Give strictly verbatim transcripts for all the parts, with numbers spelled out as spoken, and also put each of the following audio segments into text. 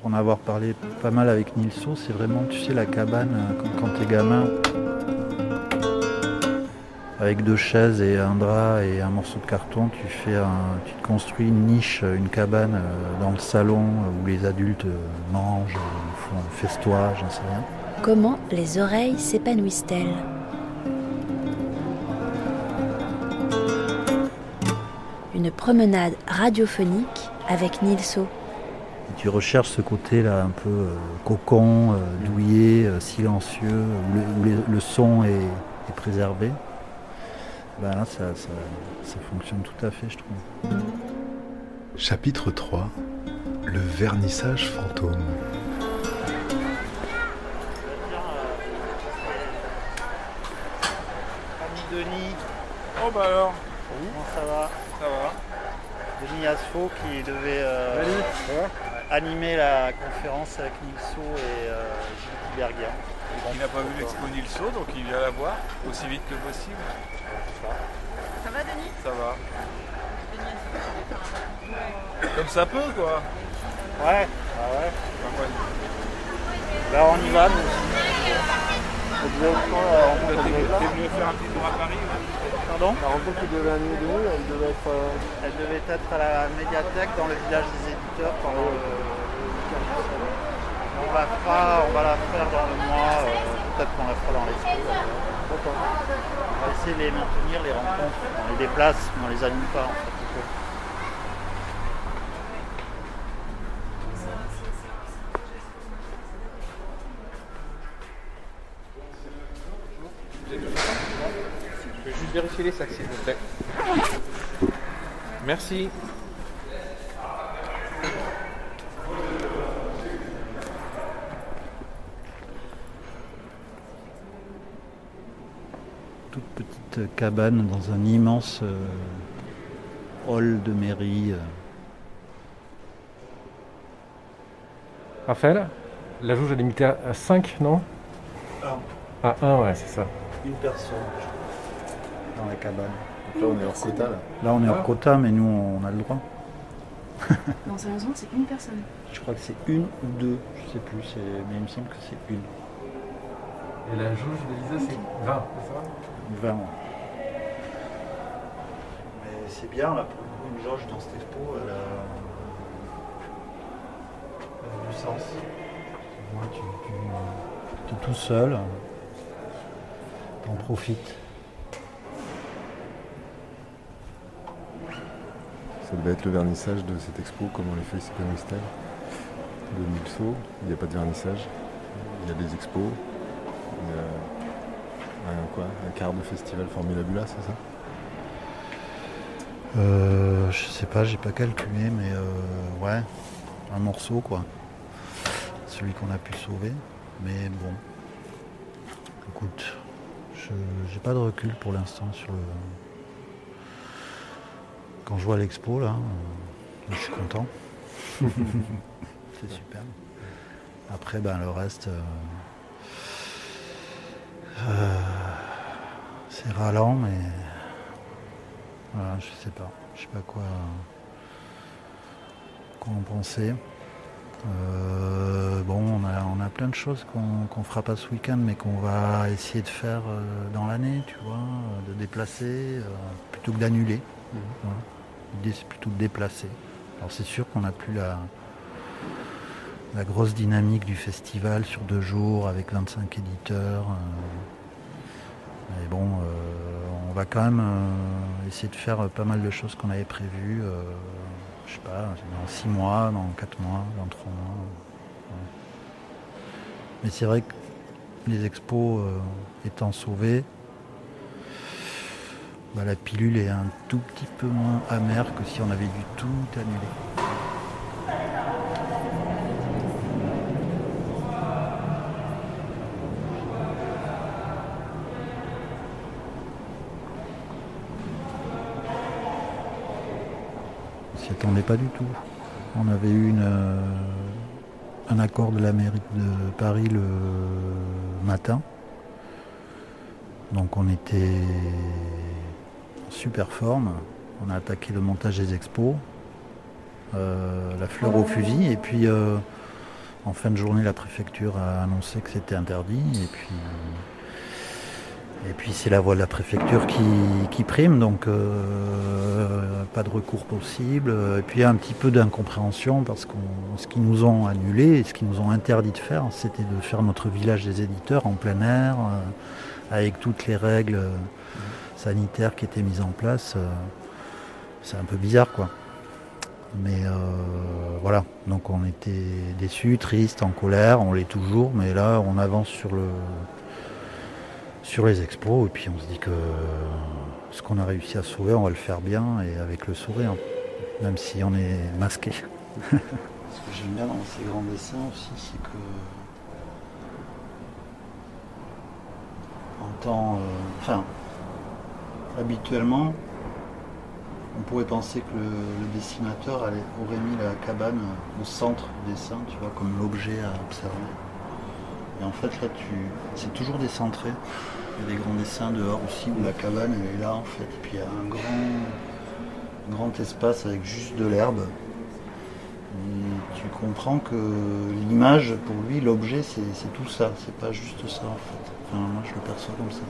pour en avoir parlé pas mal avec Nilso, c'est vraiment, tu sais, la cabane, quand, quand t'es gamin, avec deux chaises et un drap et un morceau de carton, tu, fais un, tu te construis une niche, une cabane dans le salon où les adultes mangent, font un festois, j'en sais rien. Comment les oreilles s'épanouissent-elles ? Une promenade radiophonique avec Nilso. Et tu recherches ce côté-là un peu euh, cocon, euh, douillet, euh, silencieux, où le, où le, le son est, est préservé. Ben là, ça, ça, ça fonctionne tout à fait, je trouve. Chapitre trois. Le vernissage fantôme. Ami Denis. Oh bah alors. Comment ça va ? Ça va. Denis Asfo qui devait euh, ouais. animer la conférence avec Nilso et euh, Gilles Tiberghien. Il n'a pas vu l'expo Nilso, donc il vient la voir aussi vite que possible. Ça va Denis ? Ça va. Comme ça peut quoi. Ouais, bah ouais. Enfin, ouais. Bah on y va nous aussi. On devait être quand, la rencontre T'es de t'es venu faire un petit tour à Paris là. Pardon ? La rencontre qui devait animer Denis, elle devait être... Euh... Elle devait être à la médiathèque dans le village des éditeurs pendant le, le week-end du salon. On la fera, on va la faire dans le mois, euh, peut-être qu'on la fera dans l'expo. D'accord. On va essayer de les maintenir, les rencontres. On les déplace, mais on les anime pas en fait. Je vais juste vérifier les sacs s'il vous plaît. Merci. Toute petite cabane dans un immense euh, hall de mairie. Euh. Raphaël, la jauge est limitée à cinq, non ? Un. À un, ouais, c'est ça. Une personne dans la cabane. Donc là, on est hors quota, là. Là, on est hors quota, mais nous, on a le droit. Dans un ensemble, c'est une personne. Je crois que c'est une ou deux, je sais plus, c'est... mais il me semble que c'est une. Et la jauge de Lisa, c'est vingt, c'est ça ? vingt. Mais c'est bien, là, pour une jauge dans cette expo, elle a, elle a du sens. Moi, tu, tu es tout seul, t'en profites. Ça devait être le vernissage de cette expo, comment les feuilles s'épanouissent-elles, de Nilso. Il n'y a pas de vernissage, il y a des expos, il y a un, quoi, un quart de festival Formulabula, c'est ça ? Euh, je sais pas, j'ai pas calculé, mais euh, ouais, un morceau quoi. Celui qu'on a pu sauver, mais bon. Écoute, je j'ai pas de recul pour l'instant sur le. Quand je vois l'expo là, euh, je suis content. C'est super. Après, ben le reste, euh, euh, c'est ralent, mais. Voilà, je sais pas. Je sais pas quoi, quoi en penser. Euh, bon, on a, on a plein de choses qu'on qu'on fera pas ce week-end, mais qu'on va essayer de faire euh, dans l'année, tu vois, de déplacer euh, plutôt que d'annuler. Mmh. Voilà. L'idée, c'est plutôt de déplacer. Alors c'est sûr qu'on n'a plus la, la grosse dynamique du festival sur deux jours avec vingt-cinq éditeurs. Euh, mais bon, euh, on va quand même euh, essayer de faire pas mal de choses qu'on avait prévues. Euh, je sais pas, dans six mois, dans quatre mois, dans trois mois. Ouais. Mais c'est vrai que les expos euh, étant sauvés, bah, la pilule est un tout petit peu moins amère que si on avait dû tout annuler. On s'y attendait pas du tout. On avait eu une, euh, un accord de la mairie de Paris le matin. Donc on était en super forme. On a attaqué le montage des expos, euh, la fleur au fusil. Et puis euh, en fin de journée, la préfecture a annoncé que c'était interdit. Et puis, et puis c'est la voie de la préfecture qui, qui prime, donc euh, pas de recours possible. Et puis il y a un petit peu d'incompréhension parce que ce qu'ils nous ont annulé, ce qu'ils nous ont interdit de faire, c'était de faire notre village des éditeurs en plein air, euh, avec toutes les règles euh, sanitaires qui étaient mises en place. Euh, c'est un peu bizarre, quoi. Mais euh, voilà, donc on était déçus, tristes, en colère, on l'est toujours, mais là on avance sur le sur les expos et puis on se dit que ce qu'on a réussi à sauver, on va le faire bien et avec le sourire, même si on est masqué. Ce que j'aime bien dans ces grands dessins aussi, c'est que en temps, euh, enfin, habituellement, on pourrait penser que le, le dessinateur allait, aurait mis la cabane au centre du dessin, tu vois, comme l'objet à observer. Et en fait, là, tu, c'est toujours décentré. Il y a des grands dessins dehors aussi où la cabane, elle est là, en fait. Et puis il y a un grand, grand espace avec juste de l'herbe. Et tu comprends que l'image, pour lui, l'objet, c'est, c'est tout ça. C'est pas juste ça, en fait. Enfin, moi, je le perçois comme ça.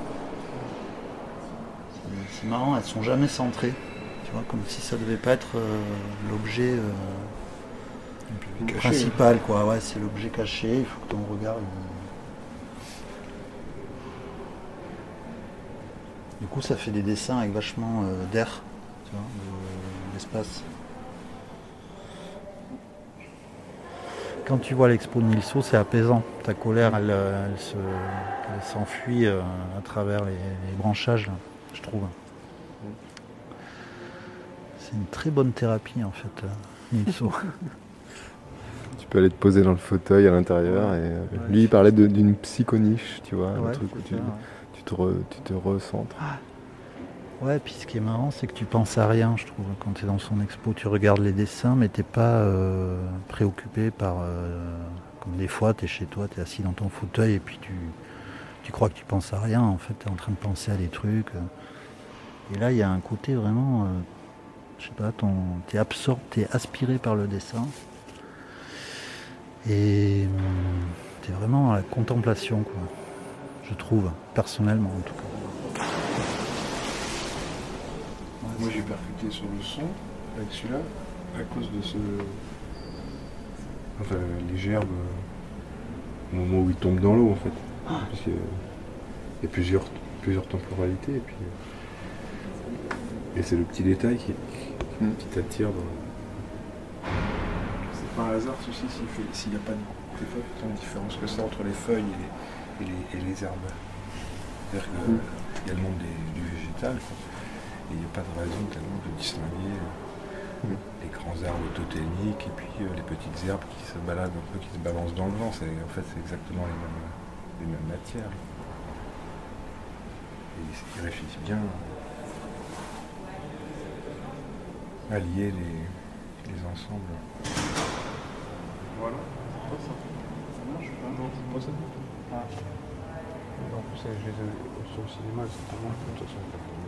C'est, c'est marrant, elles sont jamais centrées. Tu vois, comme si ça devait pas être euh, l'objet euh, caché, principal, quoi. Ouais, c'est l'objet caché. Il faut que ton regard. Il... Du coup, ça fait des dessins avec vachement euh, d'air, tu vois, de, d'espace. Quand tu vois l'expo de Nilsson, c'est apaisant. Ta colère, elle, elle, se, elle s'enfuit euh, à travers les, les branchages, là, je trouve. C'est une très bonne thérapie, en fait, Nilsson. Tu peux aller te poser dans le fauteuil à l'intérieur. Ouais. Et euh, ouais, lui, il parlait de, d'une psychoniche, tu vois, ouais, un truc où tu, ça, ouais. tu, te re, tu te recentres. Ah. Ouais, puis ce qui est marrant, c'est que tu penses à rien, je trouve. Quand tu es dans son expo, tu regardes les dessins, mais tu n'es pas euh, préoccupé par... Euh, comme des fois, tu es chez toi, tu es assis dans ton fauteuil, et puis tu, tu crois que tu penses à rien. En fait, tu es en train de penser à des trucs. Et là, il y a un côté vraiment... Euh, je sais pas, tu es absorbé, tu es aspiré par le dessin. Et tu es vraiment à la contemplation, quoi. Je trouve, personnellement, en tout cas. Moi j'ai percuté sur le son avec celui-là à cause de ce. Enfin, les gerbes au moment où ils tombent dans l'eau en fait. Parce qu'il y a plusieurs, plusieurs temporalités et puis. Et c'est le petit détail qui, qui, qui t'attire dans. C'est pas un hasard ceci s'il fait, s'il n'y a pas de, des fois tant de différence que ça entre les feuilles et les, et les, et les herbes. C'est-à-dire qu'il mmh. y a le monde des, du végétal. Quoi. Et il n'y a pas de raison tellement de distinguer euh, mmh. les grands arbres totémiques et puis euh, les petites herbes qui se baladent un peu, qui se balancent dans le vent. C'est, en fait, c'est exactement les mêmes, les mêmes matières. Et ils réfléchissent bien à lier les, les ensembles. Voilà. C'est pas ça. Ça marche ou pas? Non, c'est pas ça du tout. Ah. En plus, je les ai sur le cinéma, c'est tellement de toute façon.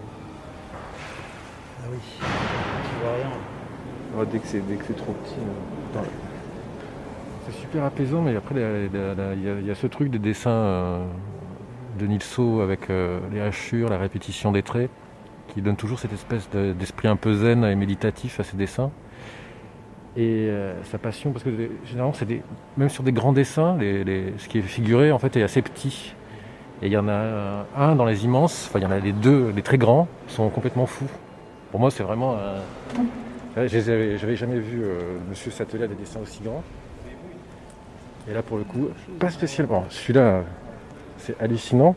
Ah oui, tu vois rien. Ouais, dès, que c'est, dès que c'est trop petit. Euh, c'est super apaisant, mais après, il y, y a ce truc des dessins euh, de Nilsson avec euh, les hachures, la répétition des traits, qui donne toujours cette espèce de, d'esprit un peu zen et méditatif à ses dessins. Et euh, sa passion, parce que généralement, c'est des, même sur des grands dessins, les, les, ce qui est figuré en fait est assez petit. Et il y en a un dans les immenses, enfin il y en a les deux, les très grands, sont complètement fous. Pour moi, c'est vraiment un... J'avais, j'avais jamais vu euh, Monsieur s'atteler à des dessins aussi grands. Et là, pour le coup, pas spécialement. Celui-là, c'est hallucinant.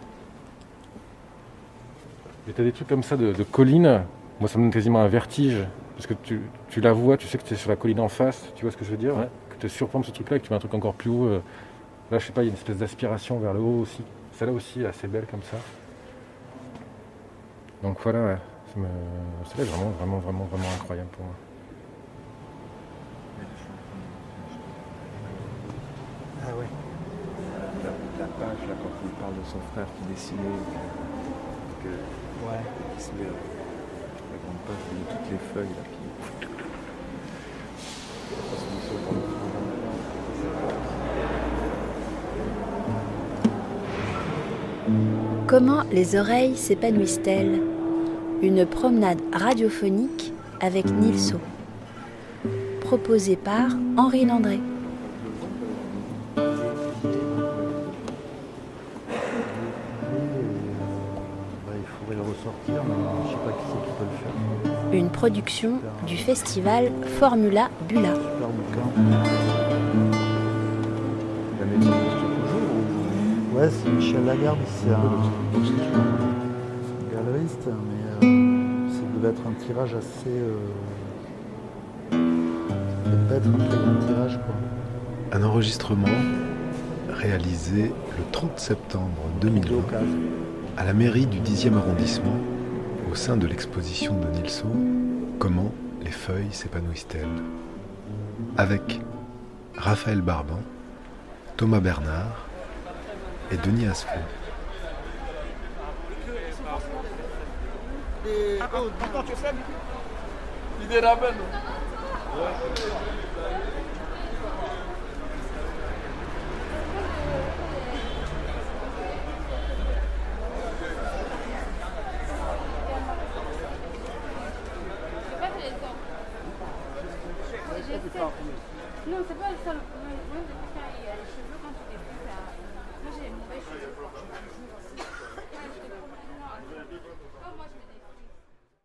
Et t'as des trucs comme ça de, de collines. Moi, ça me donne quasiment un vertige. Parce que tu, tu la vois, tu sais que tu es sur la colline en face. Tu vois ce que je veux dire, ouais. Que tu surplombes ce truc-là et que tu mets un truc encore plus haut. Là, je sais pas, il y a une espèce d'aspiration vers le haut aussi. Celle-là aussi est assez belle comme ça. Donc voilà, ouais. Ça me... c'est vraiment, vraiment, vraiment, vraiment incroyable pour moi. Ah ouais. La, la page, là, quand il parle de son frère qui dessinait, que, ouais. Qui se met la grande page où il y a toutes les feuilles, là, puis... Comment les oreilles s'épanouissent-elles? Une promenade radiophonique avec Nilso. Proposée par Henri Landré. Bah, il faudrait le ressortir, mais je sais pas qui c'est qui peut le faire. Une production du festival Formula Bula. Super bouquin. La maison existe toujours ou... Ouais, c'est Michel Lagarde, c'est un, un galeriste, mais euh, ça devait être un tirage assez... Euh, ça devait pas être un très grand tirage, quoi. Un enregistrement réalisé le trente septembre deux mille vingt à la mairie du dixième arrondissement au sein de l'exposition de Nilso « Comment les feuilles s'épanouissent-elles » avec Raphaël Barban, Thomas Bernard et Denis Asfo. Non, c'est pas ça le problème. Le problème, c'est que il y a les cheveux quand tu les coupes. Moi, j'ai les mauvais cheveux. Moi, je mets des